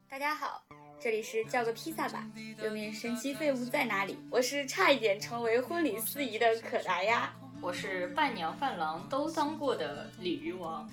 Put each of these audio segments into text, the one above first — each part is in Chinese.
大家好，这里是叫个披萨吧，有名神奇废物在哪里？我是差一点成为婚礼司仪的可达鸭， 我是伴娘伴郎都当过的鲤鱼王。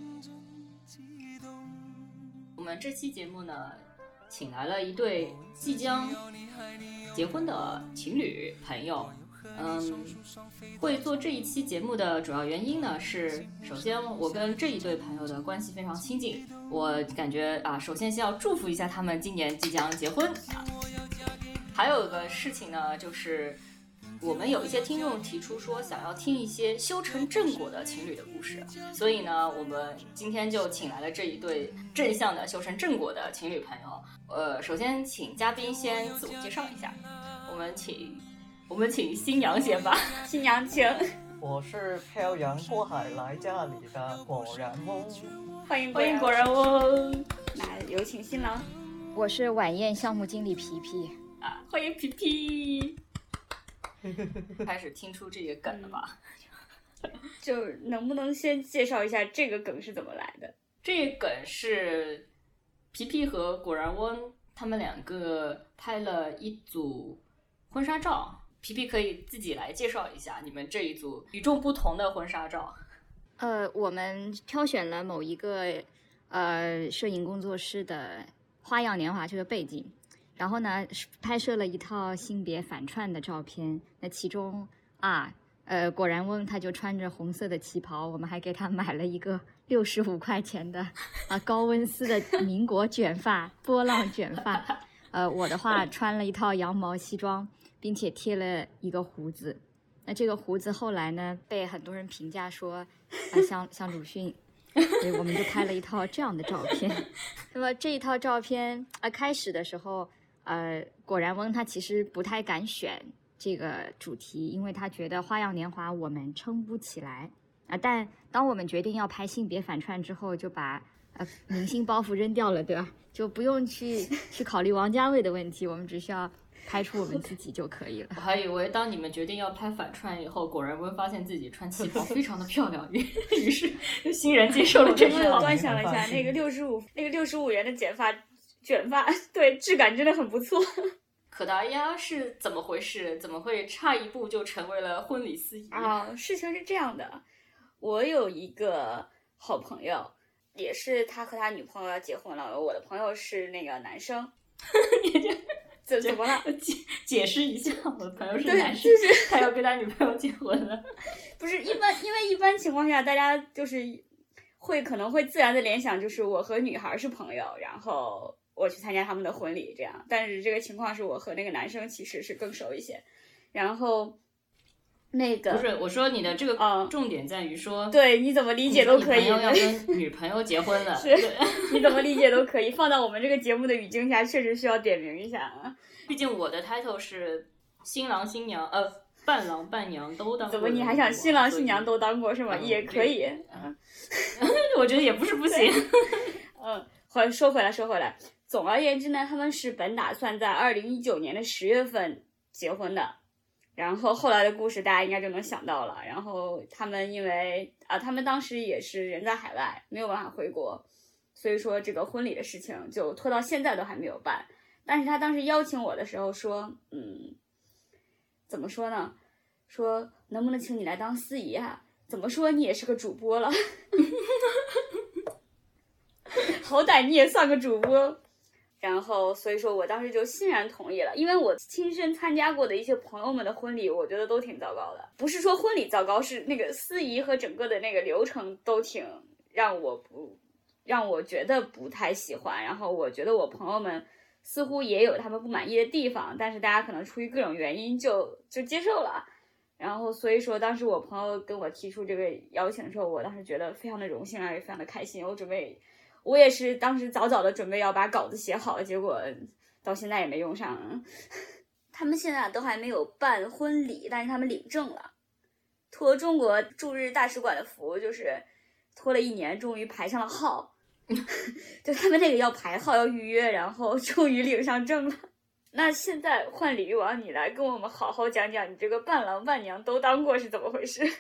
我们这期节目呢，请来了一对即将结婚的情侣朋友。会做这一期节目的主要原因呢是，首先我跟这一对朋友的关系非常亲近，我感觉首先先要祝福一下他们今年即将结婚还有一个事情呢，就是我们有一些听众提出说想要听一些修成正果的情侣的故事，所以呢，我们今天就请来了这一对正向的修成正果的情侣朋友。首先请嘉宾先自我介绍一下，我们请新娘先吧。 新娘请。 我是漂洋过海来家里的果然翁， 欢迎果然翁。 那有请新郎。 我是晚宴项目经理皮皮欢迎皮皮。开始听出这个梗了吧？ 就能不能先介绍一下这个梗是怎么来的？ 这个梗是皮皮和果然翁他们两个拍了一组婚纱照，皮皮可以自己来介绍一下你们这一组与众不同的婚纱照。 我们挑选了某一个摄影工作室的花样年华这个背景，然后呢拍摄了一套性别反串的照片。那其中果然翁他就穿着红色的旗袍，我们还给他买了一个65块钱的高温丝的民国卷发波浪卷发。我的话穿了一套羊毛西装，并且贴了一个胡子。那这个胡子后来呢被很多人评价说像鲁迅，所以我们就拍了一套这样的照片。那么这一套照片开始的时候果然翁他其实不太敢选这个主题，因为他觉得花样年华我们撑不起来但当我们决定要拍性别反串之后，就把明星包袱扔掉了，对吧？就不用去考虑王家卫的问题，我们只需要拍出我们自己就可以了。 我还以为当你们决定要拍反串以后，果然翁发现自己穿旗袍非常的漂亮，于是新人接受了这个。 我端详了一下那个65元的卷发，对，质感真的很不错。 可达鸭是怎么回事？怎么会差一步就成为了婚礼司仪？ 事情是这样的，我有一个好朋友，也是他和他女朋友要结婚了。我的朋友是那个男生。怎么了？ 解释一下，我的朋友是男生，他要跟他女朋友结婚了。 不是因为一般情况下，大家就是可能会自然的联想，就是我和女孩是朋友，然后我去参加他们的婚礼这样。但是这个情况是我和那个男生其实是更熟一些。然后那个不是我说你的这个重点在于说， 对，你怎么理解都可以。 你朋友要跟女朋友结婚了， 是你怎么理解都可以，放到我们这个节目的语境下，确实需要点名一下。 毕竟我的 title 是新郎新娘，伴郎伴娘都当过。 怎么你还想新郎新娘都当过是吗？也可以。 我觉得也不是不行。 说回来，总而言之呢，他们是本打算在2019年的10月份结婚的。然后后来的故事大家应该就能想到了。然后他们因为他们当时也是人在海外，没有办法回国，所以说这个婚礼的事情就拖到现在都还没有办。但是他当时邀请我的时候说，怎么说呢？说能不能请你来当司仪啊？怎么说你也是个主播了，好歹你也算个主播。然后所以说我当时就欣然同意了，因为我亲身参加过的一些朋友们的婚礼，我觉得都挺糟糕的。不是说婚礼糟糕，是那个司仪和整个的那个流程都挺让我觉得不太喜欢。然后我觉得我朋友们似乎也有他们不满意的地方，但是大家可能出于各种原因就接受了。然后所以说当时我朋友跟我提出这个邀请的时候，我当时觉得非常的荣幸，也非常的开心。我也是当时早早的准备要把稿子写好，结果到现在也没用上。他们现在都还没有办婚礼，但是他们领证了，托中国驻日大使馆的福，就是拖了1年，终于排上了号。就他们那个要排号要预约，然后终于领上证了。那现在换鲤鱼王，你来跟我们好好讲讲你这个伴郎伴娘都当过是怎么回事？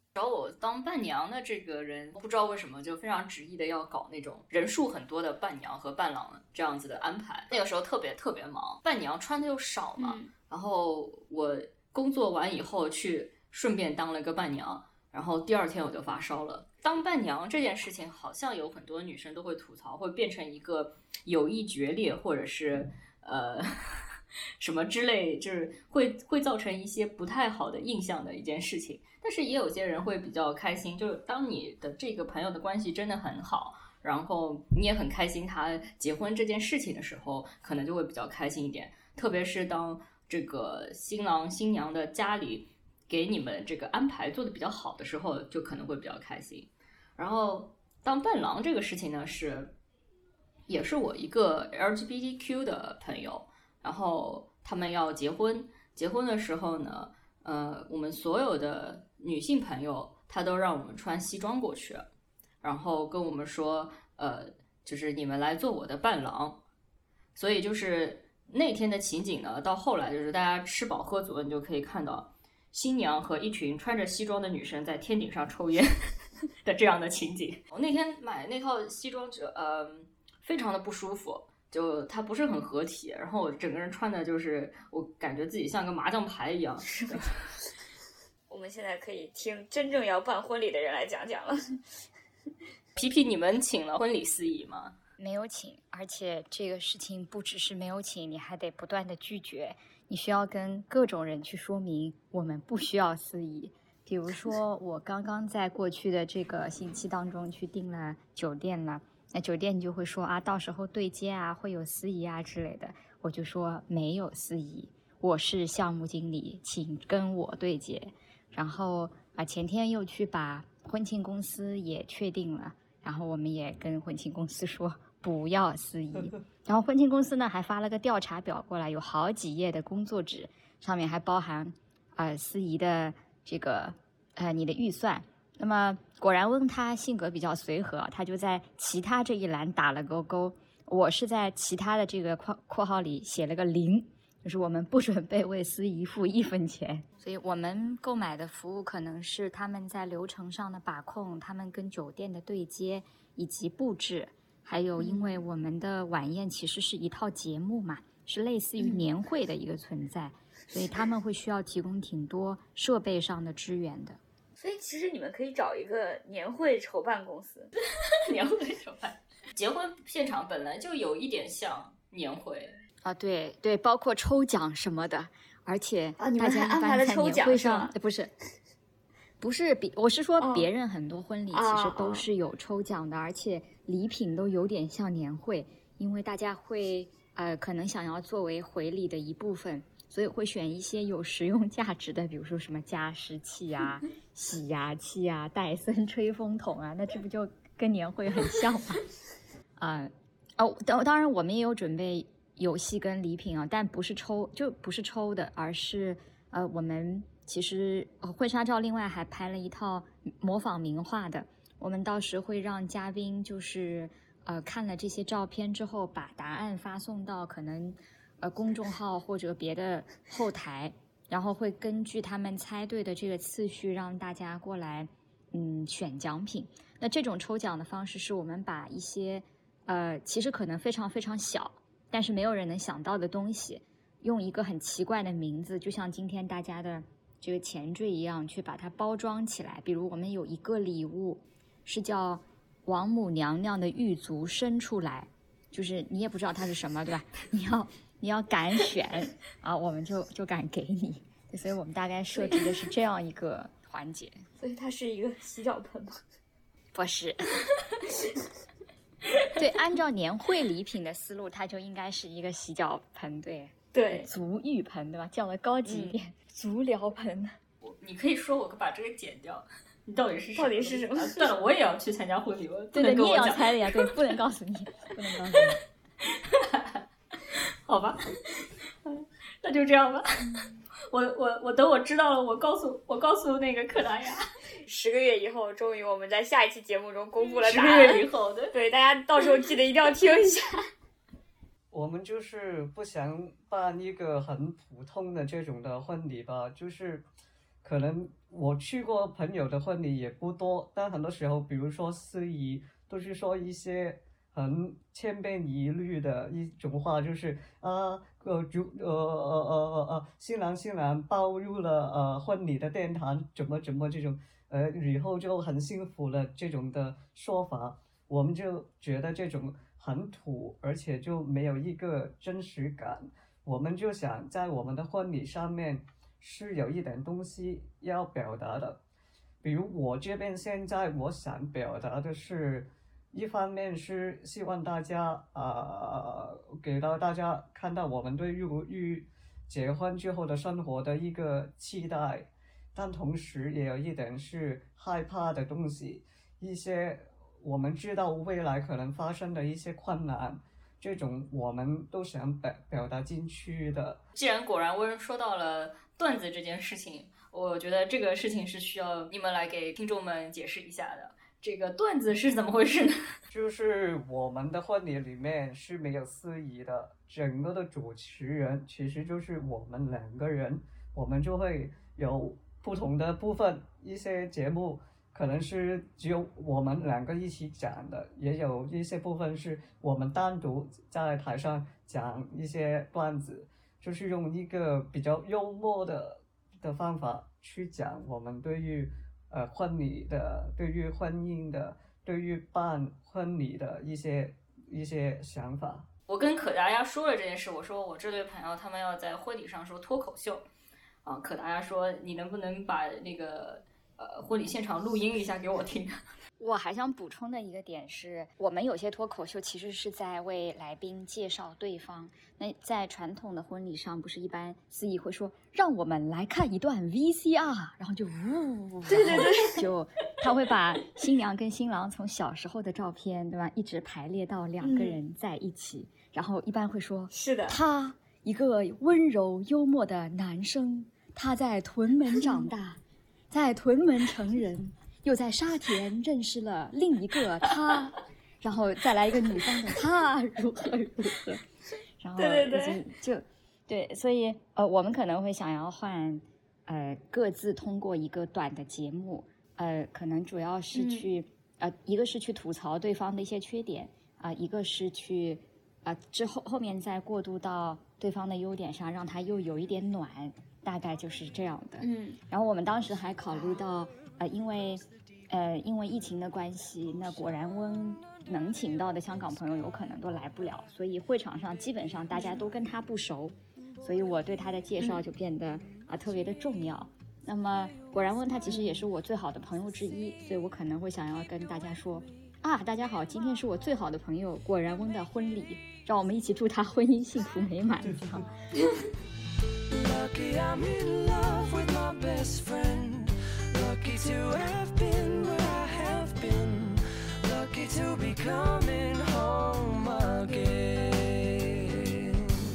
找我当伴娘的这个人，不知道为什么就非常执意的要搞那种人数很多的伴娘和伴郎这样子的安排。那个时候特别忙，伴娘穿的又少嘛，然后我工作完以后去顺便当了个伴娘，然后第二天我就发烧了。当伴娘这件事情好像有很多女生都会吐槽，会变成一个友谊决裂或者是什么之类，就是会造成一些不太好的印象的一件事情。但是也有些人会比较开心，就是当你的这个朋友的关系真的很好，然后你也很开心他结婚这件事情的时候，可能就会比较开心一点。特别是当这个新郎新娘的家里给你们这个安排做的比较好的时候，就可能会比较开心。然后当伴郎这个事情呢，也是我一个 LGBTQ 的朋友，然后他们要结婚的时候呢，我们所有的女性朋友，她都让我们穿西装过去，然后跟我们说，就是你们来做我的伴郎。所以就是那天的情景呢，到后来就是大家吃饱喝足了，你就可以看到新娘和一群穿着西装的女生在天顶上抽烟的这样的情景。我那天买那套西装就非常的不舒服，就它不是很合体，然后我整个人穿的就是我感觉自己像个麻将牌一样。 是的。我们现在可以听真正要办婚礼的人来讲讲了。 皮皮，你们请了婚礼司仪吗？ 没有请，而且这个事情不只是没有请，你还得不断的拒绝，你需要跟各种人去说明我们不需要司仪。比如说我刚刚在过去的这个星期当中去订了酒店了，那酒店就会说啊，到时候对接啊会有司仪啊之类的，我就说没有司仪，我是项目经理，请跟我对接。然后前天又去把婚庆公司也确定了，然后我们也跟婚庆公司说不要司仪，然后婚庆公司呢还发了个调查表过来，有好几页的工作纸，上面还包含司仪的这个你的预算。那么果然问他性格比较随和，他就在其他这一栏打了勾勾，我是在其他的这个括号里写了个0，就是我们不准备为司仪付1分钱。所以我们购买的服务可能是他们在流程上的把控，他们跟酒店的对接以及布置，还有因为我们的晚宴其实是一套节目嘛，是类似于年会的一个存在，所以他们会需要提供挺多设备上的支援的。 所以其实你们可以找一个年会筹办公司。 年会筹办，结婚现场本来就有一点像年会啊，对对，包括抽奖什么的，而且你们还安排了抽奖是吗？ 不是，我是说别人很多婚礼其实都是有抽奖的，而且礼品都有点像年会，因为大家会可能想要作为回礼的一部分，所以会选一些有实用价值的，比如说什么加湿器啊、洗牙器啊、戴森吹风筒啊，那这不就跟年会很像吗？当然我们也有准备游戏跟礼品啊，但不是抽的，而是我们其实婚纱照另外还拍了一套模仿名画的，我们到时会让嘉宾就是看了这些照片之后，把答案发送到可能公众号或者别的后台，然后会根据他们猜对的这个次序让大家过来选奖品。那这种抽奖的方式是我们把一些其实可能非常非常小，但是没有人能想到的东西，用一个很奇怪的名字，就像今天大家的这个前缀一样，去把它包装起来。比如我们有一个礼物是叫王母娘娘的玉足伸出来，就是你也不知道它是什么，对吧？你要敢选啊，我们就敢给你。所以我们大概设置的是这样一个环节。 所以它是一个洗脚盆吗？ 不是。对，按照年会礼品的思路，它就应该是一个洗脚盆，对，足浴盆，对吧？叫的高级一点，足疗盆。 你可以说我把这个剪掉，你到底是什么？算了，我也要去参加婚礼，我对，你也要猜的呀，对，不能告诉你，不能告诉你。 好吧，那就这样吧。我等我知道了，我告诉那个柯达雅。 10个月以后，终于我们在下一期节目中公布了答案。10个月以后的， 对，大家到时候记得一定要听一下。 我们就是不想办一个很普通的这种的婚礼吧，就是可能我去过朋友的婚礼也不多，但很多时候，比如说司仪都是说一些很千篇一律的一种话，就是新郎步入了婚礼的殿堂，怎么这种以后就很幸福了这种的说法，我们就觉得这种很土，而且就没有一个真实感。我们就想在我们的婚礼上面是有一点东西要表达的，比如我这边现在我想表达的是，一方面是希望大家给到大家看到我们对于结婚之后的生活的一个期待，但同时也有一点是害怕的东西，一些我们知道未来可能发生的一些困难，这种我们都想表达进去的。 既然果然温说到了段子这件事情，我觉得这个事情是需要你们来给听众们解释一下的。这个段子是怎么回事呢？ 就是我们的婚礼里面是没有司仪的，整个的主持人其实就是我们2个人，我们就会有不同的部分，一些节目可能是只有我们2个一起讲的，也有一些部分是我们单独在台上讲一些段子，就是用一个比较幽默的方法去讲我们对于婚礼的、对于婚姻的、对于办婚礼的一些想法。 我跟可达鸭说了这件事，我说我这对朋友他们要在婚礼上说脱口秀，可达鸭说你能不能把那个婚礼现场录音一下给我听？ 我还想补充的一个点是，我们有些脱口秀其实是在为来宾介绍对方。那在传统的婚礼上，不是一般司仪会说让我们来看一段 VCR， 然后就对，就他会把新娘跟新郎从小时候的照片，对吧，一直排列到2个人在一起，然后一般会说是的， 他一个温柔幽默的男生，他在屯门长大，在屯门成人。又在沙田认识了另一个他，然后再来一个女方的他如何，然后对，所以我们可能会想要换各自通过一个短的节目，可能主要是去一个是去吐槽对方的一些缺点一个是去之后面再过渡到对方的优点上，让他又有一点暖，大概就是这样的。然后我们当时还考虑到因为疫情的关系，那果然温能请到的香港朋友有可能都来不了，所以会场上基本上大家都跟他不熟，所以我对他的介绍就变得特别的重要。那么果然温他其实也是我最好的朋友之一，所以我可能会想要跟大家说大家好，今天是我最好的朋友果然温的婚礼，让我们一起祝他婚姻幸福美满。 Lucky I'm in love with my best friend. Lucky to have been where I have been. Lucky to be coming home again.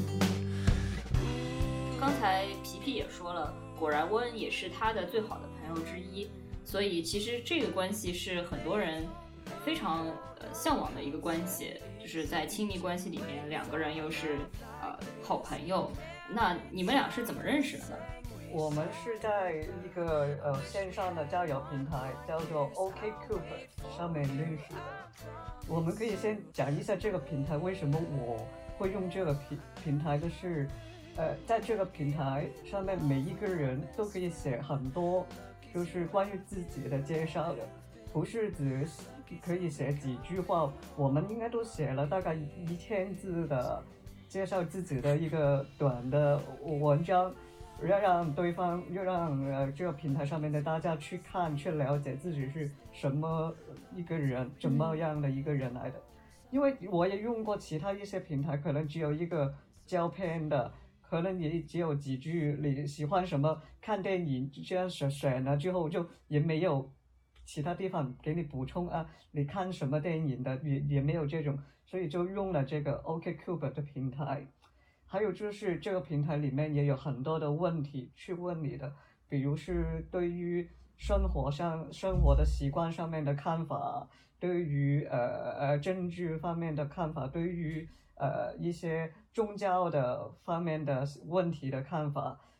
刚才皮皮也说了，果然温也是他的最好的朋友之一，所以其实这个关系是很多人非常向往的一个关系，就是在亲密关系里面2个人又是好朋友。那你们俩是怎么认识的呢？ 我们是在一个线上的交友平台叫做 OkCupid 上面认识的。我们可以先讲一下这个平台为什么我会用这个平台，就是在这个平台上面每一个人都可以写很多就是关于自己的介绍的，不是只可以写几句话，我们应该都写了大概1000字的介绍自己的一个短的文章，要让对方，要让这个平台上面的大家去看，去了解自己是什么一个人，怎么样的一个人来的。因为我也用过其他一些平台，可能只有一个胶片的，可能也只有几句你喜欢什么，看电影这样选了之后就也没有其他地方给你补充你看什么电影的也没有这种，所以就用了这个 OkCupid 的平台。还有就是这个平台里面也有很多的问题去问你的，比如是对于生活的习惯上面的看法，对于政治方面的看法，对于一些宗教的方面的问题的看法，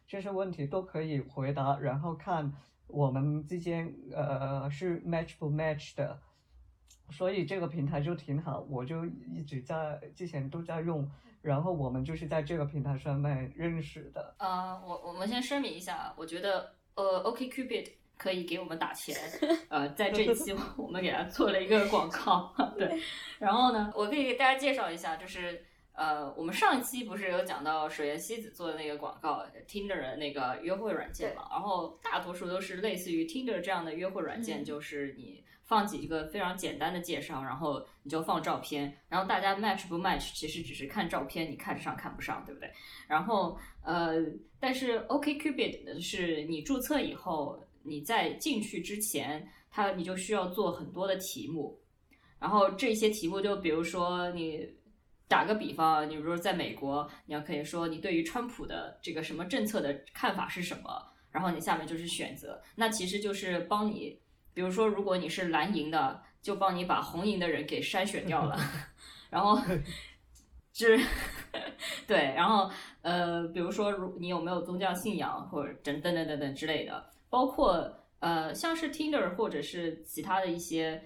这些问题都可以回答，然后看我们之间是 match 不 match 的。所以这个平台就挺好，我就一直之前都在用，然后我们就是在这个平台上面认识的。 我们先声明一下，我觉得OkCupid 可以给我们打钱，在这一期我们给他做了一个广告，对。然后呢，我可以给大家介绍一下，就是我们上一期不是有讲到水原希子做的那个广告 Tinder 的那个约会软件嘛，然后大多数都是类似于 Tinder 这样的约会软件，就是你放几个非常简单的介绍，然后你就放照片，然后大家 match 不 match 其实只是看照片，你看得上看不上，对不对？然后但是 OkCupid 的是你注册以后，你在进去之前，你就需要做很多的题目，然后这些题目就比如说你打个比方，你比如说在美国，你要可以说你对于川普的这个什么政策的看法是什么，然后你下面就是选择，那其实就是帮你，比如说如果你是蓝营的，就帮你把红营的人给筛选掉了，然后就是对，然后比如说你有没有宗教信仰或者等等之类的，包括像是 Tinder 或者是其他的一些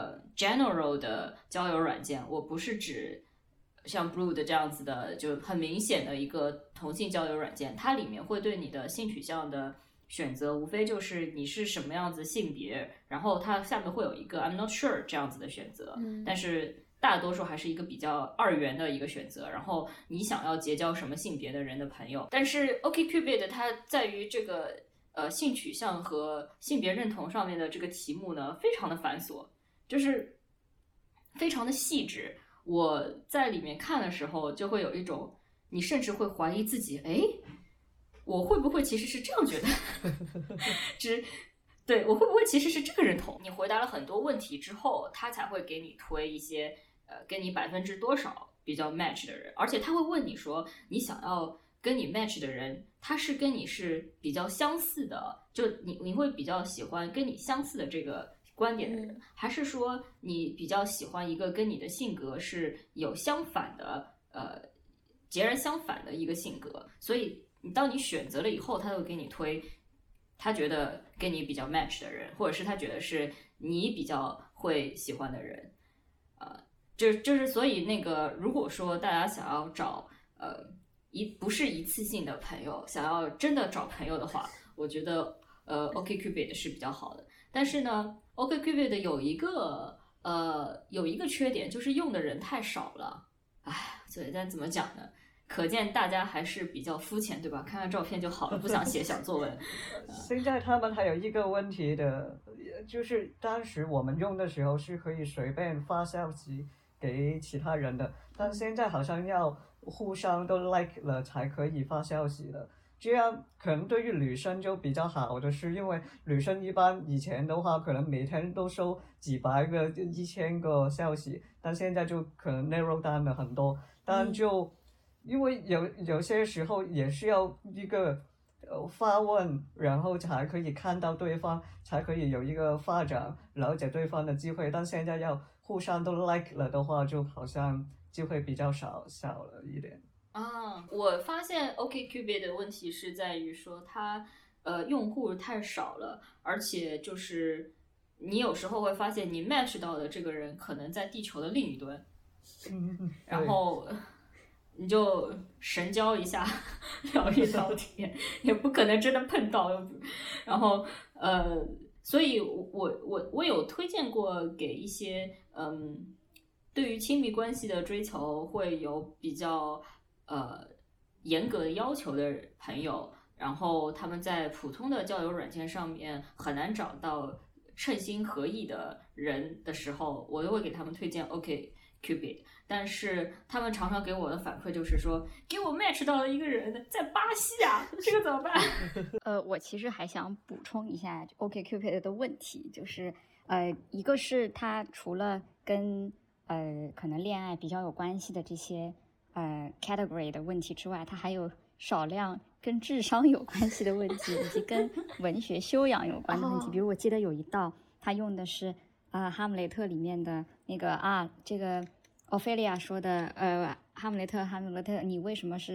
general 的交友软件，我不是指像 Blue 的这样子的，就很明显的一个同性交友软件，它里面会对你的性取向的选择，无非就是你是什么样子性别，然后它下面会有一个 I'm not sure 这样子的选择，但是大多数还是一个比较二元的一个选择，然后你想要结交什么性别的人的朋友，但是 OkCupid 它在于这个性取向和性别认同上面的这个题目呢，非常的繁琐，就是非常的细致。我在里面看的时候，就会有一种，你甚至会怀疑自己，哎，我会不会其实是这样觉得？对，我会不会其实是这个认同？你回答了很多问题之后，他才会给你推一些跟你多少比较 match 的人，而且他会问你说，你想要跟你 match 的人，他是跟你是比较相似的，就你会比较喜欢跟你相似的这个观点的人，还是说你比较喜欢一个跟你的性格是有相反的截然相反的一个性格？所以当你选择了以后，他会给你推他觉得跟你比较 match 的人，或者是他觉得是你比较会喜欢的人，就是所以那个如果说大家想要找不是一次性的朋友，想要真的找朋友的话，我觉得OkCupid 是比较好的。但是呢 OkCupid 有一个缺点，就是用的人太少了，所以但怎么讲呢？可见大家还是比较肤浅，对吧？看看照片就好了，不想写小作文。 现在他们还有一个问题的，就是当时我们用的时候是可以随便发消息给其他人的，但现在好像要互相都 like 了才可以发消息了。这样可能对于女生就比较好的是，因为女生一般以前的话可能每天都收几百个、1000个消息，但现在就可能 narrow down 了很多，但就。因为有些时候也需要一个发问，然后才可以看到对方，才可以有一个发展了解对方的机会。但现在要互相都 like 了的话，就好像机会比较少了一点。 我发现 OkCupid 的问题是在于说它用户太少了，而且就是你有时候会发现你 match 到的这个人可能在地球的另一端，然后。你就神交一下，聊一聊天，也不可能真的碰到。然后所以我有推荐过给一些对于亲密关系的追求会有比较严格的要求的朋友，然后他们在普通的交友软件上面很难找到称心合意的人的时候，我都会给他们推荐 OkCupid。但是他们常常给我的反馈就是说，给我 match 到了一个人在巴西啊，这个怎么办？ 我其实还想补充一下 OkCupid 的问题，就是一个是它除了跟可能恋爱比较有关系的这些category 的问题之外，它还有少量跟智商有关系的问题，以及跟文学修养有关的问题。比如我记得有一道，他用的是哈姆雷特里面的那个这个。奥菲利亚说的，哈姆雷特，你为什么是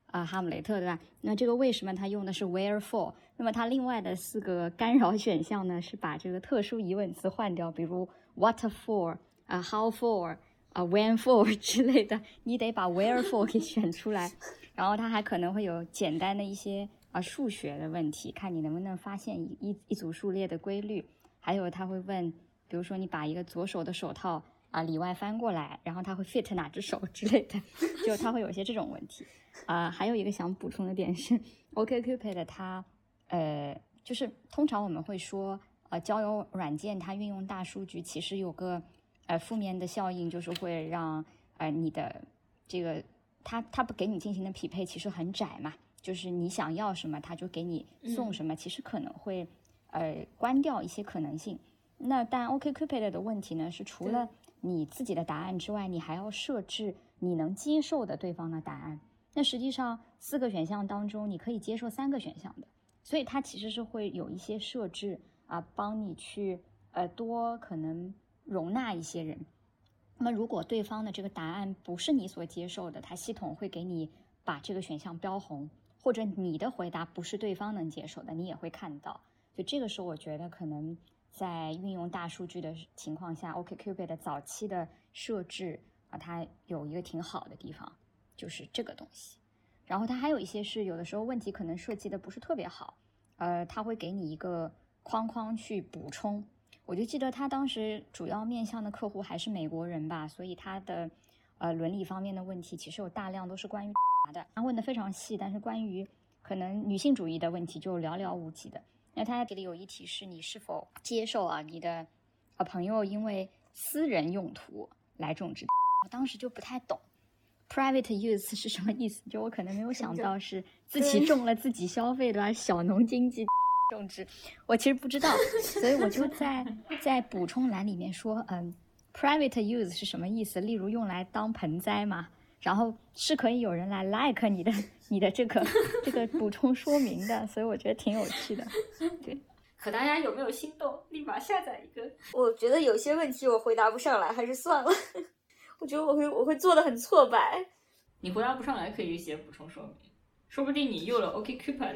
哈姆雷特，对吧？那这个为什么它用的是 where for？ 那么它另外的4个干扰选项呢，是把这个特殊疑问词换掉，比如 what for、how for、when for 之类的，你得把 where for 给选出来。然后它还可能会有简单的一些数学的问题，看你能不能发现一组数列的规律。还有它会问，比如说你把一个左手的手套里外翻过来，然后它会 fit 哪只手之类的，就它会有一些这种问题。还有一个想补充的点是 OkCupid 它就是通常我们会说交友软件它运用大数据其实有个负面的效应，就是会让你的这个它不给你进行的匹配其实很窄嘛，就是你想要什么它就给你送什么，其实可能会关掉一些可能性。那但 OkCupid 的问题呢是除了你自己的答案之外，你还要设置你能接受的对方的答案。那实际上4个选项当中你可以接受3个选项的，所以它其实是会有一些设置帮你去多可能容纳一些人。那么如果对方的这个答案不是你所接受的，它系统会给你把这个选项标红，或者你的回答不是对方能接受的，你也会看到。就这个时候我觉得可能在运用大数据的情况下 OkCupid 的早期的设置它有一个挺好的地方，就是这个东西。然后它还有一些是有的时候问题可能设计的不是特别好，它会给你一个框框去补充。我就记得他当时主要面向的客户还是美国人吧，所以他的伦理方面的问题其实有大量都是关于的，他问的非常细，但是关于可能女性主义的问题就寥寥无几的。那他这里有一题是你是否接受你的朋友因为私人用途来种植，我当时就不太懂 private use 是什么意思，就我可能没有想到是自己种了自己消费的小农经济种植，我其实不知道，所以我就在补充栏里面说private use 是什么意思，例如用来当盆栽嘛，然后是可以有人来 like 你的这个补充说明的，所以我觉得挺有趣的。对， 可大家有没有心动立马下载一个？ 我觉得有些问题我回答不上来，还是算了。我觉得我会做的很挫败。 你回答不上来可以写补充说明，说不定你用了 OkCupid，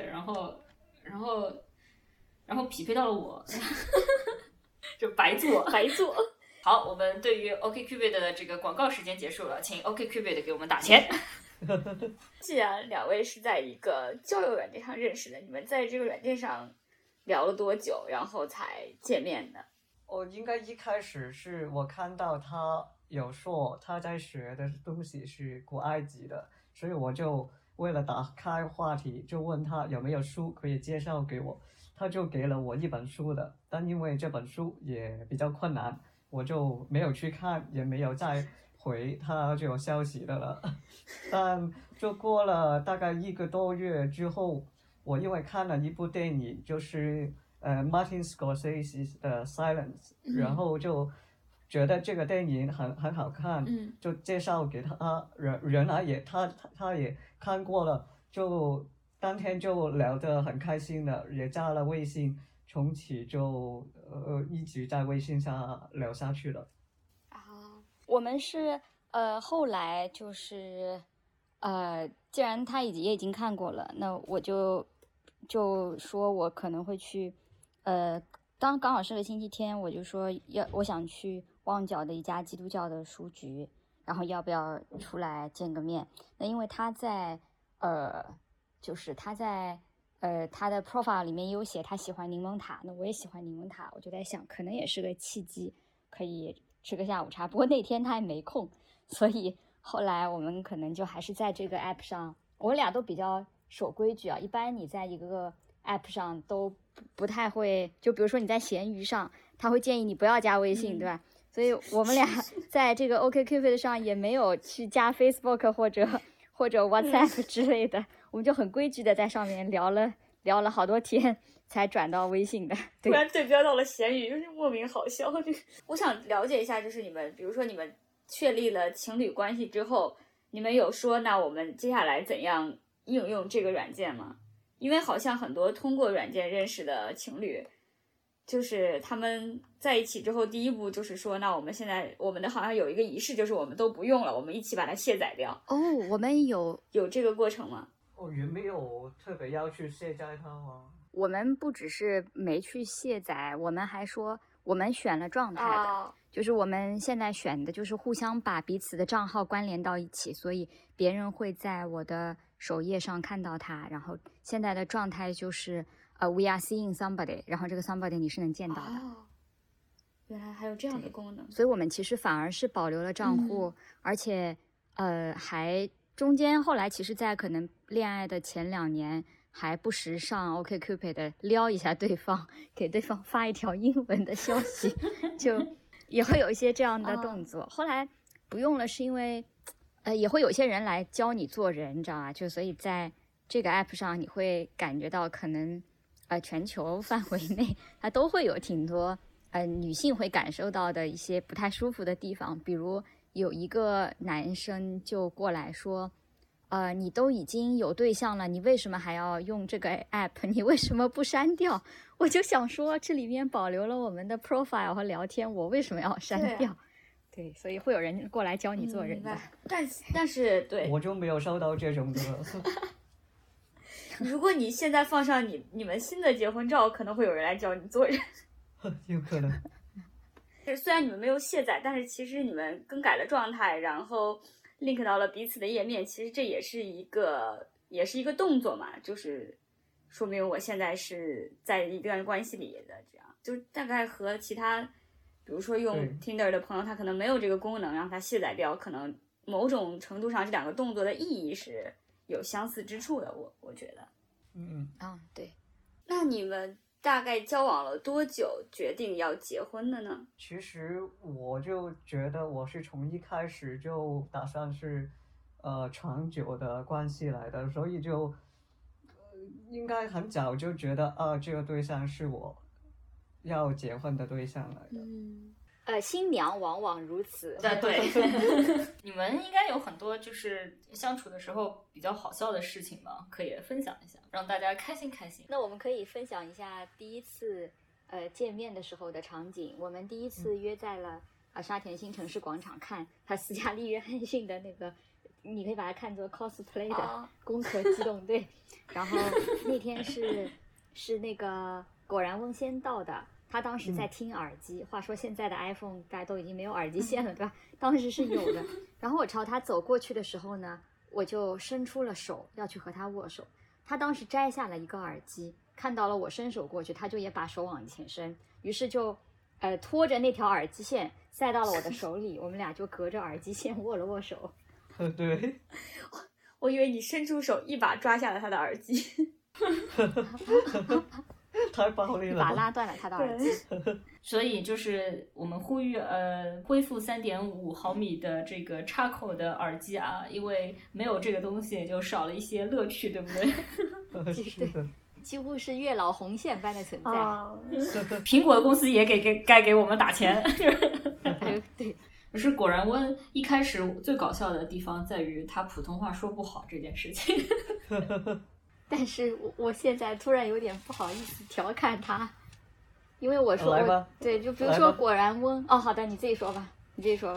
然后匹配到了我，就白做。好，我们对于 OkCupid 的这个广告时间结束了，请 OkCupid 给我们打钱。 既然2位是在一个交友软件上认识的，你们在这个软件上聊了多久，然后才见面的？ 我应该一开始是我看到他有说他在学的东西是古埃及的，所以我就为了打开话题就问他有没有书可以介绍给我，他就给了我一本书的，但因为这本书也比较困难，我就没有去看，也没有再回他这种消息的了。但就过了大概1个多月之后，我因为看了一部电影，就是Martin Scorsese 的 Silence，然后就觉得这个电影很好看，就介绍给他，原来他也看过了，就当天就聊得很开心的，也加了微信，从此就一直在微信上聊下去了。 我们是后来就是既然他也已经看过了，那我就说我可能会去刚好是个星期天，我就说我想去旺角的一家基督教的书局，然后要不要出来见个面。那因为他在就是他在他的 profile 里面也有写他喜欢柠檬塔，那我也喜欢柠檬塔，我就在想可能也是个契机可以吃个下午茶，不过那天他也没空，所以后来我们可能就还是在这个 app 上，我俩都比较守规矩一般你在一个 app 上都不太会，就比如说你在闲鱼上他会建议你不要加微信，对吧？所以我们俩在这个 OkCupid 上也没有去加 Facebook 或者 WhatsApp 之类的，我们就很规矩的在上面聊了好多天才转到微信的。 突然对标到了闲鱼，就是莫名好笑。我想了解一下，就是你们比如说你们确立了情侣关系之后，你们有说那我们接下来怎样应用这个软件吗？因为好像很多通过软件认识的情侣，就是他们在一起之后第一步就是说，那我们的好像有一个仪式，就是我们都不用了，我们一起把它卸载掉。 我们有这个过程吗？ 也没有特别要去卸载它吗？ 我们不只是没去卸载，我们还说我们选了状态的，就是我们现在选的就是互相把彼此的账号关联到一起，所以别人会在我的首页上看到它。然后现在的状态就是we are seeing somebody， 然后这个 somebody 你是能见到的。 原来还有这样的功能。 所以我们其实反而是保留了账户，而且还中间后来其实在可能恋爱的前2年还不时上 OkCupid 撩一下对方，给对方发一条英文的消息，就也会有一些这样的动作。后来不用了，是因为也会有些人来教你做人，你知道吧？就所以在这个 app 上，你会感觉到可能全球范围内它都会有挺多女性会感受到的一些不太舒服的地方，比如有一个男生就过来说。你都已经有对象了，你为什么还要用这个 app？ 你为什么不删掉？我就想说，这里面保留了我们的 profile 和聊天，我为什么要删掉？对，所以会有人过来教你做人的。 但是对， 我就没有收到这种的。 如果你现在放上你们新的结婚照，可能会有人来教你做人。 有可能。 虽然你们没有卸载，但是其实你们更改了状态，然后link 到了彼此的页面，其实这也是一个动作嘛，就是说明我现在是在一段关系里的，这样就大概和其他比如说用 Tinder 的朋友他可能没有这个功能让他卸载掉，可能某种程度上这2个动作的意义是有相似之处的，我觉得。 对。 那你们大概交往了多久决定要结婚的呢？ 其实我就觉得我是从一开始就打算是长久的关系来的，所以就应该很早就觉得这个对象是我要结婚的对象来的。 新娘往往如此。 对，你们应该有很多就是相处的时候比较好笑的事情吧，可以分享一下，让大家开心开心。 那我们可以分享一下第一次见面的时候的场景。我们第一次约在了沙田新城市广场看他斯嘉丽·约翰逊的那个，你可以把它看作 cosplay 的《攻壳机动队》然后那天是那个果然翁先到的。他当时在听耳机，话说现在的 iPhone 大家都已经没有耳机线了，对吧？当时是有的。然后我朝他走过去的时候呢，我就伸出了手要去和他握手。他当时摘下了一个耳机，看到了我伸手过去，他就也把手往前伸，于是就拖着那条耳机线塞到了我的手里，我们俩就隔着耳机线握了握手。 对， 我以为你伸出手一把抓下了他的耳机。 太暴力了， 一把拉断了他的耳机。 所以就是我们呼吁恢复3.5毫米的这个插口的耳机啊，因为没有这个东西就少了一些乐趣，对不对？ 是的， 几乎是月老红线般的存在。 苹果的公司也该给我们打钱。 对。 可是果然温一开始最搞笑的地方在于他普通话说不好这件事情。 但是我现在突然有点不好意思调侃他，因为我说对，就比如说果然温好的，你自己说吧。 你说，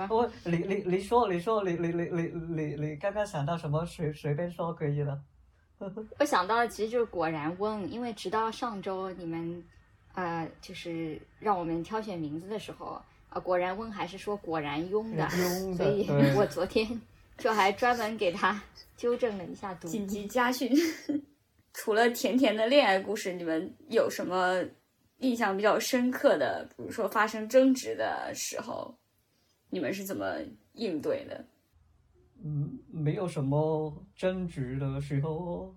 你刚刚想到什么？随便说可以了。 我想到的其实就是果然温，因为直到上周你们就是让我们挑选名字的时候果然温还是说果然庸的，所以我昨天就还专门给他纠正了一下读音。 紧急家训。除了甜甜的恋爱故事，你们有什么印象比较深刻的？比如说发生争执的时候，你们是怎么应对的？ 没有什么争执的时候，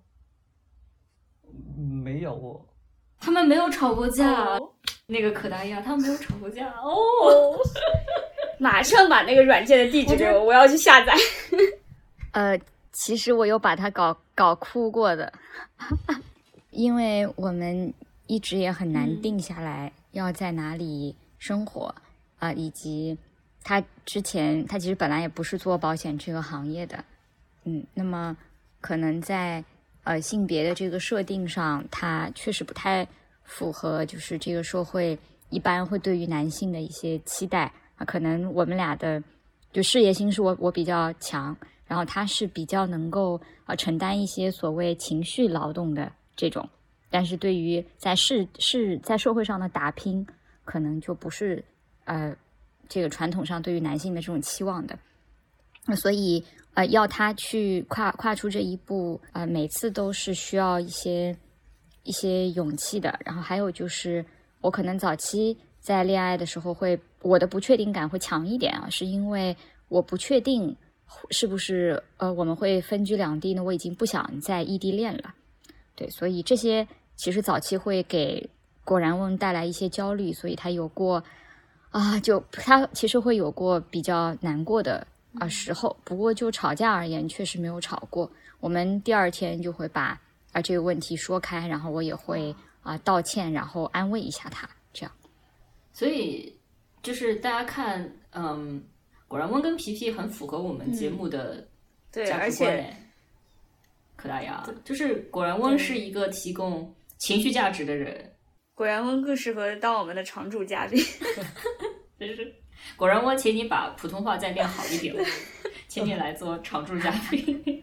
没有他们没有吵过架。那个可达鸭，他们没有吵过架马上把那个软件的地址给我要去下载。 其实我有把它搞哭过的，因为我们一直也很难定下来要在哪里生活以及他其实本来也不是做保险这个行业的，那么可能在性别的这个设定上，他确实不太符合就是这个社会一般会对于男性的一些期待可能我们俩的就事业心是我比较强， 然后他是比较能够承担一些所谓情绪劳动的这种，但是对于在社会上的打拼，可能就不是这个传统上对于男性的这种期望的。所以要他去跨出这一步，每次都是需要一些勇气的。然后还有就是我可能早期在恋爱的时候我的不确定感会强一点啊，是因为我不确定是不是我们会分居两地呢，我已经不想再异地恋了。对，所以这些其实早期会给果然翁带来一些焦虑，所以他有过他其实会有过比较难过的时候。不过就吵架而言确实没有吵过，我们第二天就会把这个问题说开，然后我也会道歉，然后安慰一下他，这样。 所以就是大家看果然翁跟皮皮很符合我们节目的对， 价而且值观诶。可大呀，就是果然翁是一个提供情绪价值的人， 果然翁更适合当我们的常驻嘉宾。 就是果然翁，请你把普通话再练好一点，请你来做常驻嘉宾。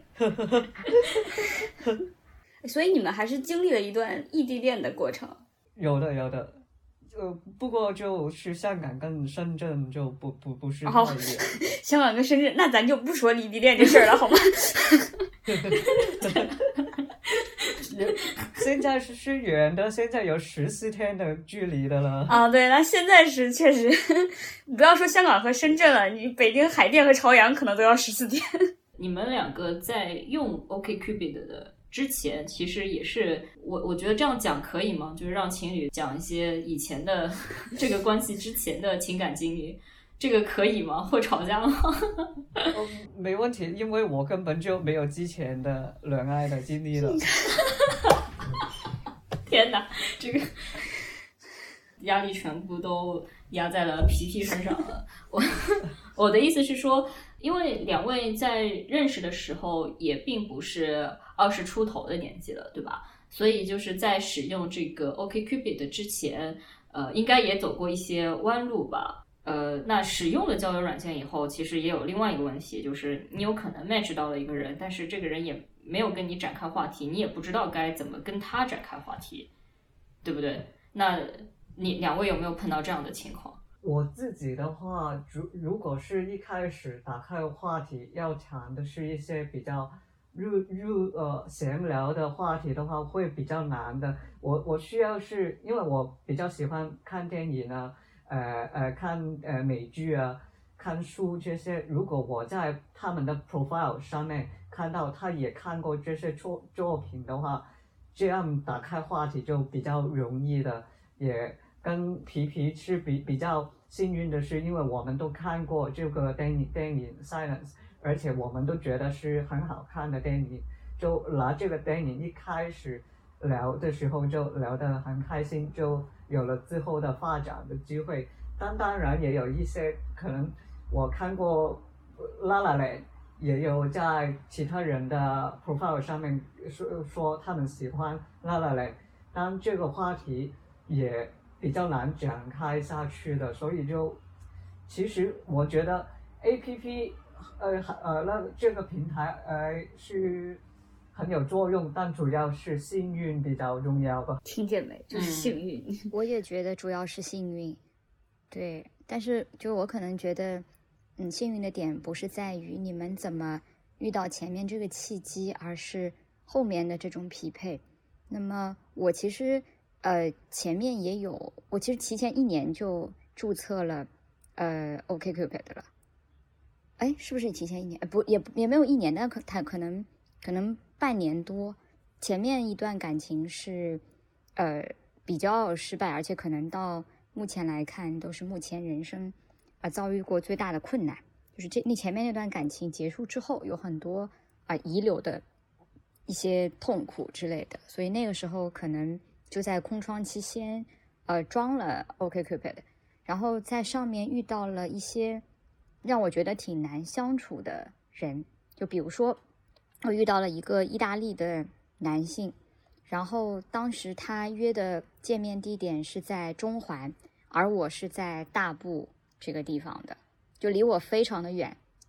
所以你们还是经历了一段异地恋的过程。 有的，不过就是香港跟深圳就不是太远。 香港跟深圳，那咱就不说异地恋这事儿了，好吗？ 现在是远的，现在有14天的距离的了。 对，那现在是确实，你不要说香港和深圳了，你北京海淀和朝阳可能都要14天。 你们两个在用 OkCupid 的之前，其实也是我觉得这样讲可以吗？就是让情侣讲一些以前的这个关系之前的情感经历，这个可以吗？会吵架吗？ 没问题，因为我根本就没有之前的恋爱的经历了。 天哪，这个压力全部都压在了皮皮身上了。我的意思是说，因为两位在认识的时候也并不是20出头的年纪了，对吧？所以就是在使用这个 OkCupid 之前，应该也走过一些弯路吧。那使用了交友软件以后，其实也有另外一个问题，就是你有可能 match 到了一个人，但是这个人也没有跟你展开话题，你也不知道该怎么跟他展开话题，对不对？那你两位有没有碰到这样的情况？ 我自己的话，如果是一开始打开话题要谈的是一些比较闲聊的话题的话，会比较难的。我需要是因为我比较喜欢看电影啊，看美剧啊，看书这些。如果我在他们的 profile 上面看到他也看过这些作品的话，这样打开话题就比较容易的。也跟皮皮是比较幸运的是，因为我们都看过这个电影 Silence， 而且我们都觉得是很好看的电影，就拿这个电影一开始聊的时候就聊得很开心，就有了之后的发展的机会。但当然也有一些可能我看过La La Land，也有在其他人的 profile 上面说他们喜欢La La Land，但这个话题也比较难展开下去的，所以就其实我觉得 APP 那这个平台是很有作用，但主要是幸运比较重要吧。 听见没？就是幸运。 我也觉得主要是幸运，对。但是就我可能觉得，幸运的点不是在于你们怎么遇到前面这个契机，而是后面的这种匹配。那么我其实前面也有，我其实提前1年就注册了OkCupid 了。哎，是不是提前1年？不，也没有1年，但可能半年多。前面一段感情是比较失败，而且可能到目前来看都是目前人生遭遇过最大的困难。就是前面那段感情结束之后，有很多遗留的一些痛苦之类的，所以那个时候可能就在空窗期先装了 OkCupid， 然后在上面遇到了一些让我觉得挺难相处的人。就比如说我遇到了一个意大利的男性，然后当时他约的见面地点是在中环，而我是在大埔这个地方的，就离我非常的远。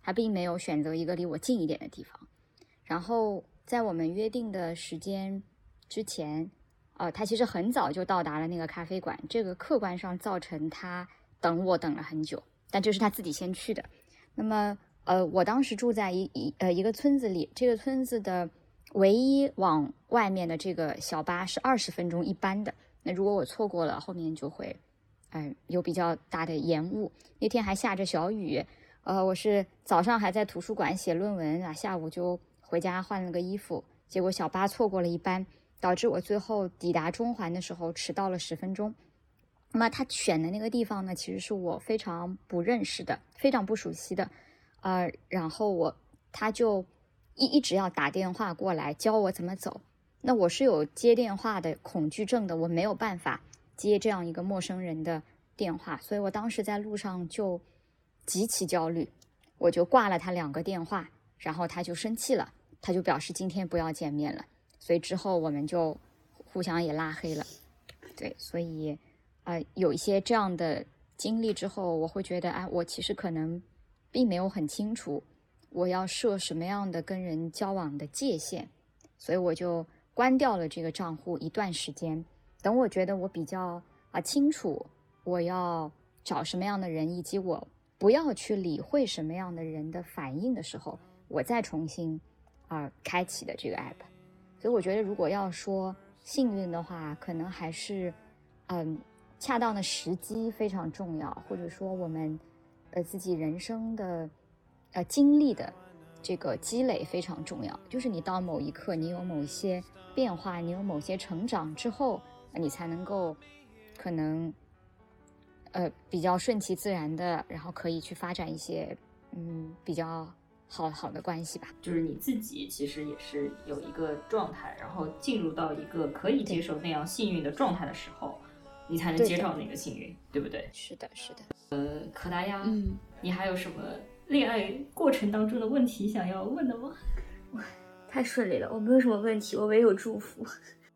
他并没有选择一个离我近一点的地方。然后在我们约定的时间之前，他其实很早就到达了那个咖啡馆，这个客观上造成他等我等了很久，但这是他自己先去的。那么我当时住在一个村子里，这个村子的唯一往外面的这个小巴是20分钟一班的，那如果我错过了，后面就会有比较大的延误。那天还下着小雨，我是早上还在图书馆写论文啊，下午就回家换了个衣服，结果小巴错过了一班，导致我最后抵达中环的时候迟到了10分钟。那么他选的那个地方呢，其实是我非常不认识的，非常不熟悉的，然后他就一直要打电话过来教我怎么走。那我是有接电话的恐惧症的，我没有办法接这样一个陌生人的电话，所以我当时在路上就极其焦虑，我就挂了他2个电话，然后他就生气了，他就表示今天不要见面了，所以之后我们就互相也拉黑了。对，所以有一些这样的经历之后，我会觉得我其实可能并没有很清楚我要设什么样的跟人交往的界限，所以我就关掉了这个账户一段时间，等我觉得我比较清楚我要找什么样的人，以及我不要去理会什么样的人的反应的时候，我再重新开启的这个 app。 所以我觉得如果要说幸运的话，可能还是恰当的时机非常重要，或者说我们自己人生的经历的这个积累非常重要，就是你到某一刻你有某一些变化，你有某些成长之后，你才能够可能比较顺其自然的，然后可以去发展一些比较好的关系吧。 就是你自己其实也是有一个状态，然后进入到一个可以接受那样幸运的状态的时候，你才能接受那个幸运， 对不对？ 是的，是的。 可达鸭，你还有什么恋爱过程当中的问题想要问的吗？ 太顺利了，我没有什么问题，我唯有祝福。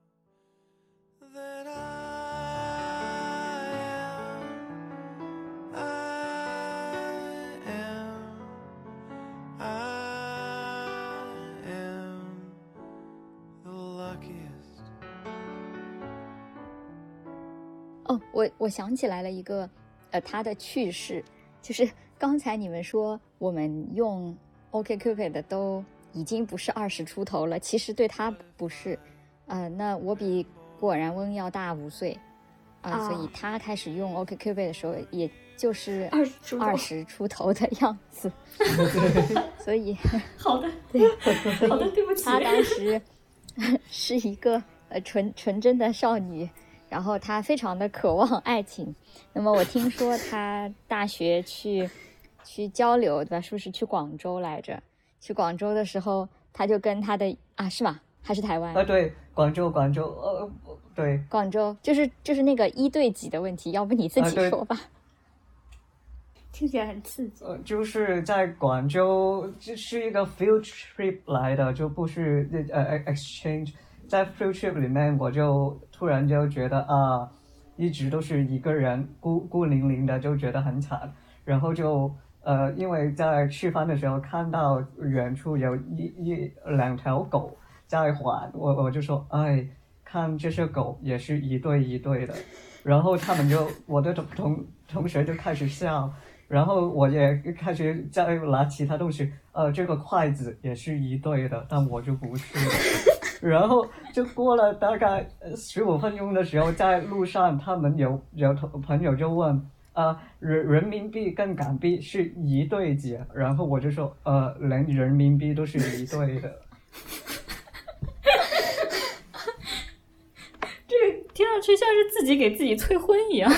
我想起来了一个他的趣事，就是刚才你们说我们用 OkCupid 都已经不是20出头了，其实对他不是，那我比果然翁要大5岁所以他开始用 OkCupid 的时候也就是20出头的样子所以好的， 对， 好的，对不起。 他当时是一个纯真的少女，然后她非常的渴望爱情。那么我听说她大学去交流，对吧？是不是去广州来着？去广州的时候，她就跟她的是吗？还是台湾？ 对，广州，对， 广州就是那个1对几的问题，要不你自己说吧。 听起来很刺激。 就是在广州，这是一个 field trip 来的，就不是exchange。在 field trip 里面，我就突然就觉得一直都是一个人孤零零的，就觉得很惨。然后就因为在吃饭的时候看到远处有2条狗在玩，我就说看这些狗也是一对一对的。然后他们我的同学就开始笑。然后我也开始在拿其他东西，这个筷子也是一对的，但我就不是了。然后就过了大概15分钟的时候，在路上他们有朋友就问人民币跟港币是一对几？然后我就说连人民币都是一对的。 这个听上去像是自己给自己催婚一样。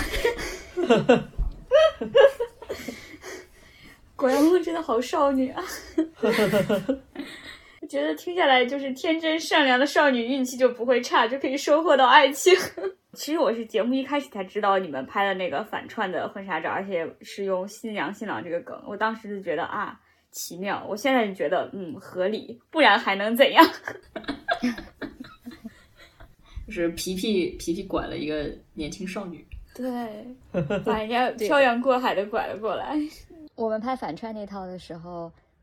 果然我真的好少女啊我觉得听下来就是天真善良的少女运气就不会差，就可以收获到爱情其实我是节目一开始才知道你们拍的那个反串的婚纱照，而且是用新娘新郎这个梗，我当时就觉得奇妙，我现在就觉得合理，不然还能怎样就是皮皮拐了一个年轻少女， 对，把人家漂洋过海的拐了过来。 我们拍反串那套的时候，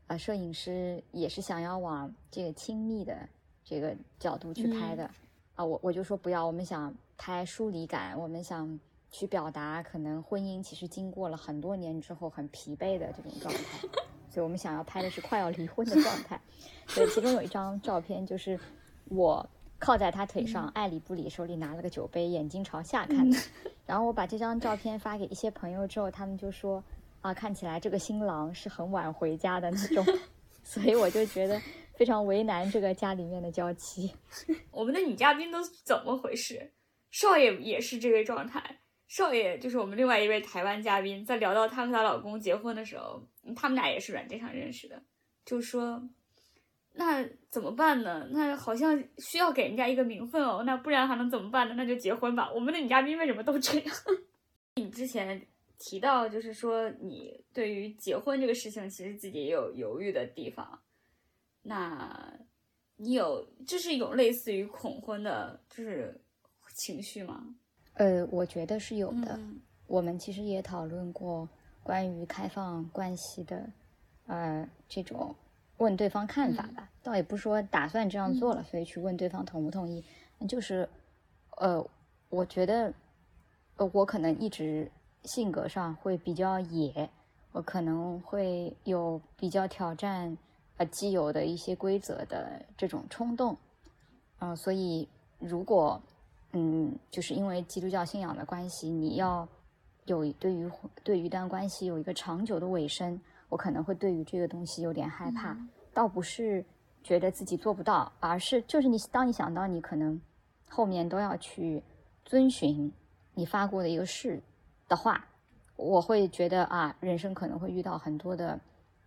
摄影师也是想要往这个亲密的这个角度去拍的我就说不要，我们想拍疏离感，我们想去表达可能婚姻其实经过了很多年之后很疲惫的这种状态，所以我们想要拍的是快要离婚的状态。所以其中有一张照片就是我靠在他腿上，爱理不理，手里拿了个酒杯，眼睛朝下看他。然后我把这张照片发给一些朋友之后，他们就说看起来这个新郎是很晚回家的那种。所以我就觉得非常为难这个家里面的娇妻。 我们的女嘉宾都怎么回事？少爷也是这个状态。少爷就是我们另外一位台湾嘉宾，在聊到她和她老公结婚的时候，他们俩也是软件上认识的，就说那怎么办呢？那好像需要给人家一个名分哦，那不然还能怎么办呢？那就结婚吧。我们的女嘉宾为什么都这样？你之前提到就是说你对于结婚这个事情其实自己也有犹豫的地方，那你有就是有类似于恐婚的就是情绪吗？ 我觉得是有的。我们其实也讨论过关于开放关系的这种问对方看法吧，倒也不是说打算这样做了所以去问对方同不同意，就是我觉得我可能一直性格上会比较野，我可能会有比较挑战既有的一些规则的这种冲动所以如果就是因为基督教信仰的关系，你要有对于一段关系有一个长久的尾声，我可能会对于这个东西有点害怕，倒不是觉得自己做不到，而是就是当你想到你可能后面都要去遵循你发过的一个誓的话，我会觉得人生可能会遇到很多的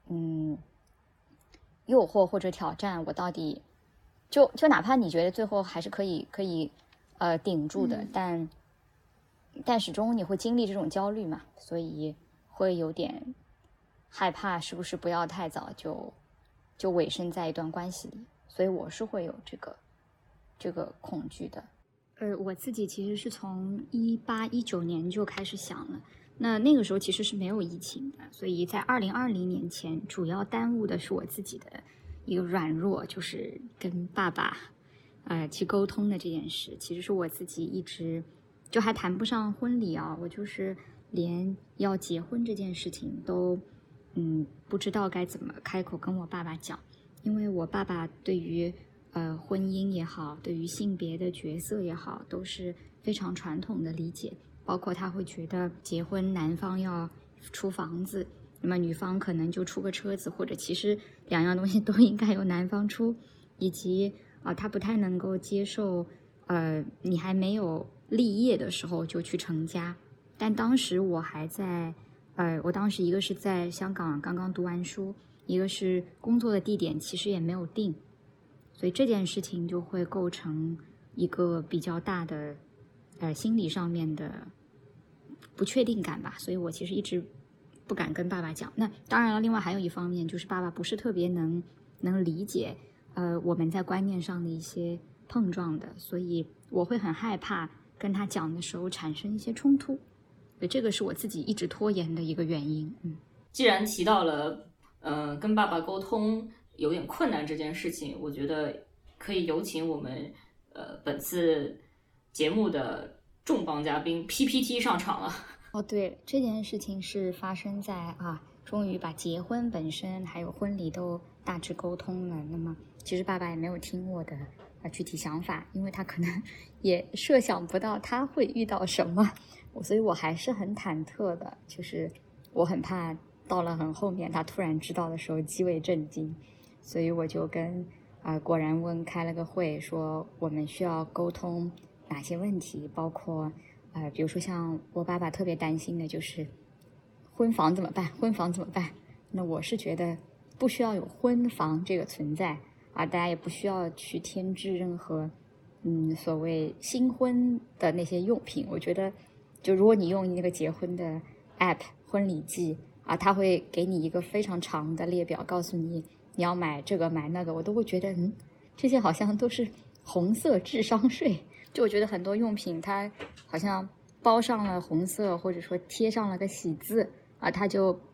诱惑或者挑战，我到底就哪怕你觉得最后还是可以顶住的，但始终你会经历这种焦虑嘛，所以会有点害怕是不是不要太早就委身在一段关系里，所以我是会有这个恐惧的。我自己其实是从18、19年就开始想了，那个时候其实是没有疫情的，所以在2020年前主要耽误的是我自己的一个软弱，就是跟爸爸去沟通的这件事。其实是我自己一直就还谈不上婚礼我就是连要结婚这件事情都不知道该怎么开口跟我爸爸讲，因为我爸爸对于婚姻也好，对于性别的角色也好，都是非常传统的理解，包括他会觉得结婚男方要出房子，那么女方可能就出个车子，或者其实两样东西都应该由男方出，以及他不太能够接受你还没有立业的时候就去成家。但当时我还在我当时一个是在香港刚刚读完书，一个是工作的地点其实也没有定，所以这件事情就会构成一个比较大的心理上面的不确定感吧，所以我其实一直不敢跟爸爸讲。那当然了，另外还有一方面就是爸爸不是特别能理解我们在观念上的一些碰撞的，所以我会很害怕跟他讲的时候产生一些冲突，所以这个是我自己一直拖延的一个原因。 既然提到了跟爸爸沟通有点困难这件事情，我觉得可以有请我们本次节目的重磅嘉宾 PPT 上场了。 对，这件事情是发生在终于把结婚本身还有婚礼都大致沟通了，那么其实爸爸也没有听我的具体想法，因为他可能也设想不到他会遇到什么，所以我还是很忐忑的，就是我很怕到了很后面他突然知道的时候极为震惊，所以我就跟果然温开了个会，说我们需要沟通哪些问题，包括比如说像我爸爸特别担心的就是婚房怎么办，那我是觉得不需要有婚房这个存在大家也不需要去添置任何所谓新婚的那些用品。我觉得就如果你用那个结婚的 app 婚礼季它会给你一个非常长的列表，告诉你你要买这个买那个，我都会觉得这些好像都是红色智商税。就我觉得很多用品它好像包上了红色，或者说贴上了个喜字它就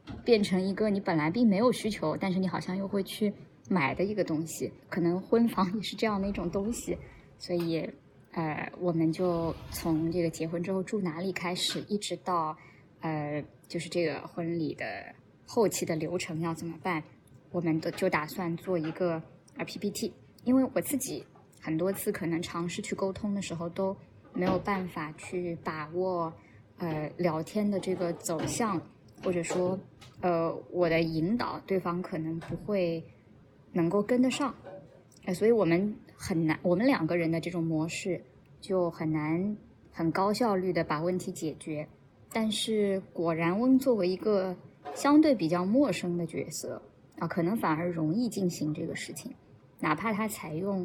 变成一个你本来并没有需求，但是你好像又会去买的一个东西。可能婚房也是这样的一种东西，所以我们就从这个结婚之后住哪里开始，一直到就是这个婚礼的后期的流程要怎么办，我们就打算做一个PPT。因为我自己很多次可能尝试去沟通的时候都没有办法去把握聊天的这个走向，或者说我的引导对方可能不会能够跟得上，所以我们很难，我们两个人的这种模式就很难很高效率的把问题解决。但是果然翁作为一个相对比较陌生的角色可能反而容易进行这个事情，哪怕他采用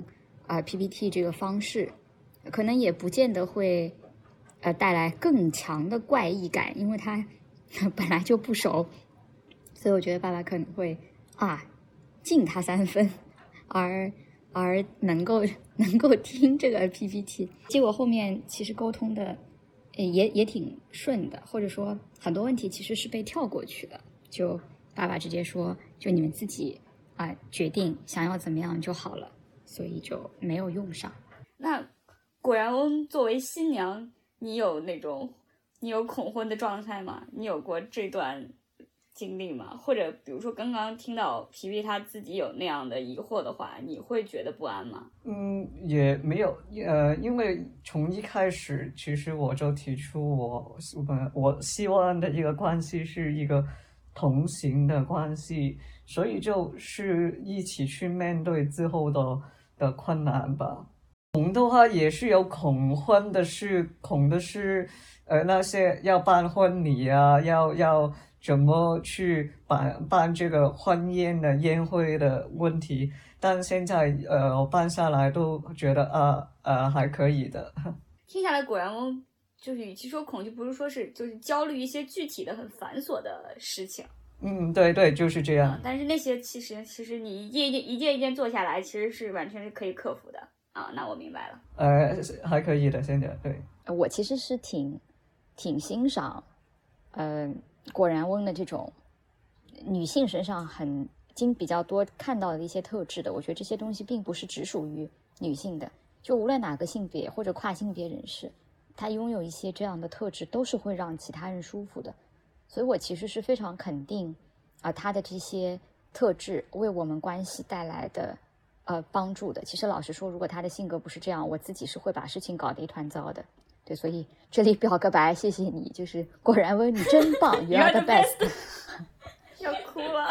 PPT 这个方式，可能也不见得会带来更强的怪异感，因为他本来就不熟，所以我觉得爸爸可能会敬他3分，而能够听这个 PPT。结果后面其实沟通的也挺顺的，或者说很多问题其实是被跳过去的，就爸爸直接说就你们自己决定想要怎么样就好了，所以就没有用上。 那果然翁作为新娘，你有恐婚的状态吗？你有过这段经历吗？或者比如说刚刚听到皮皮他自己有那样的疑惑的话，你会觉得不安吗？ 也没有，因为从一开始其实我就提出我希望的一个关系是一个同行的关系，所以就是一起去面对之后的困难吧。恐的话也是有恐婚的事，恐的是那些要办婚礼要怎么去办这个婚宴的宴会的问题，但现在我办下来都觉得还可以的。 听下来果然翁就是与其说恐惧，不是说是就是焦虑一些具体的很繁琐的事情。 对，就是这样。 但是那些其实你一件一件做下来，其实是完全是可以克服的那我明白了。 还可以的，现在对。 我其实是挺欣赏果然翁的这种女性身上比较多看到的一些特质的。我觉得这些东西并不是只属于女性的，就无论哪个性别或者跨性别人士，他拥有一些这样的特质都是会让其他人舒服的。所以我其实是非常肯定他的这些特质为我们关系带来的帮助的。其实老实说，如果他的性格不是这样，我自己是会把事情搞得一团糟的。对，所以这里表个白，谢谢你，就是果然翁你真棒，You are the best 要哭了。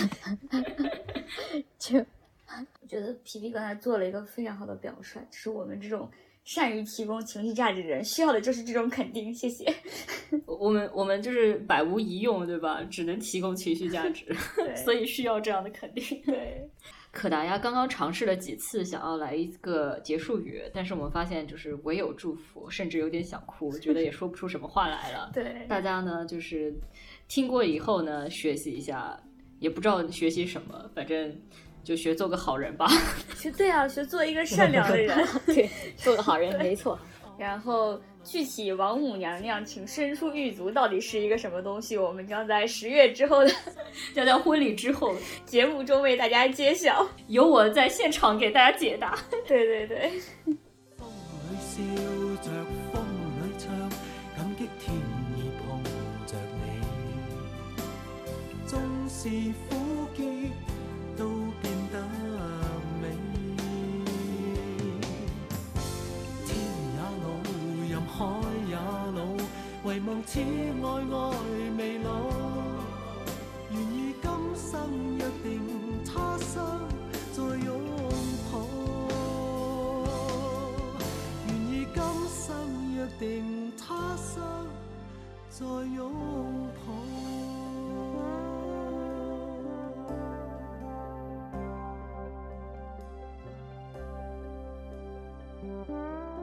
我觉得皮皮刚才做了一个非常好的表率，就是我们这种善于提供情绪价值的人需要的就是这种肯定，谢谢。 我们就是百无一用，对吧？只能提供情绪价值，所以需要这样的肯定。 对。 可达鸭刚刚尝试了几次想要来一个结束语，但是我们发现就是唯有祝福，甚至有点想哭，觉得也说不出什么话来了。 对， 大家呢就是听过以后呢学习一下，也不知道学习什么，反正就学做个好人吧。 学做一个善良的人。 对，做个好人没错。 然后具体王母娘娘请伸出狱足到底是一个什么东西，我们将在10月之后的将在婚礼之后节目中为大家揭晓， 由我在现场给大家解答。 对。 风里笑着风里唱，感激天意碰着你，纵是苦澀都變得美。天也老，任海也老，唯望此愛未老。願意今生約定，他生再擁抱。願意今生約定，他生再擁抱。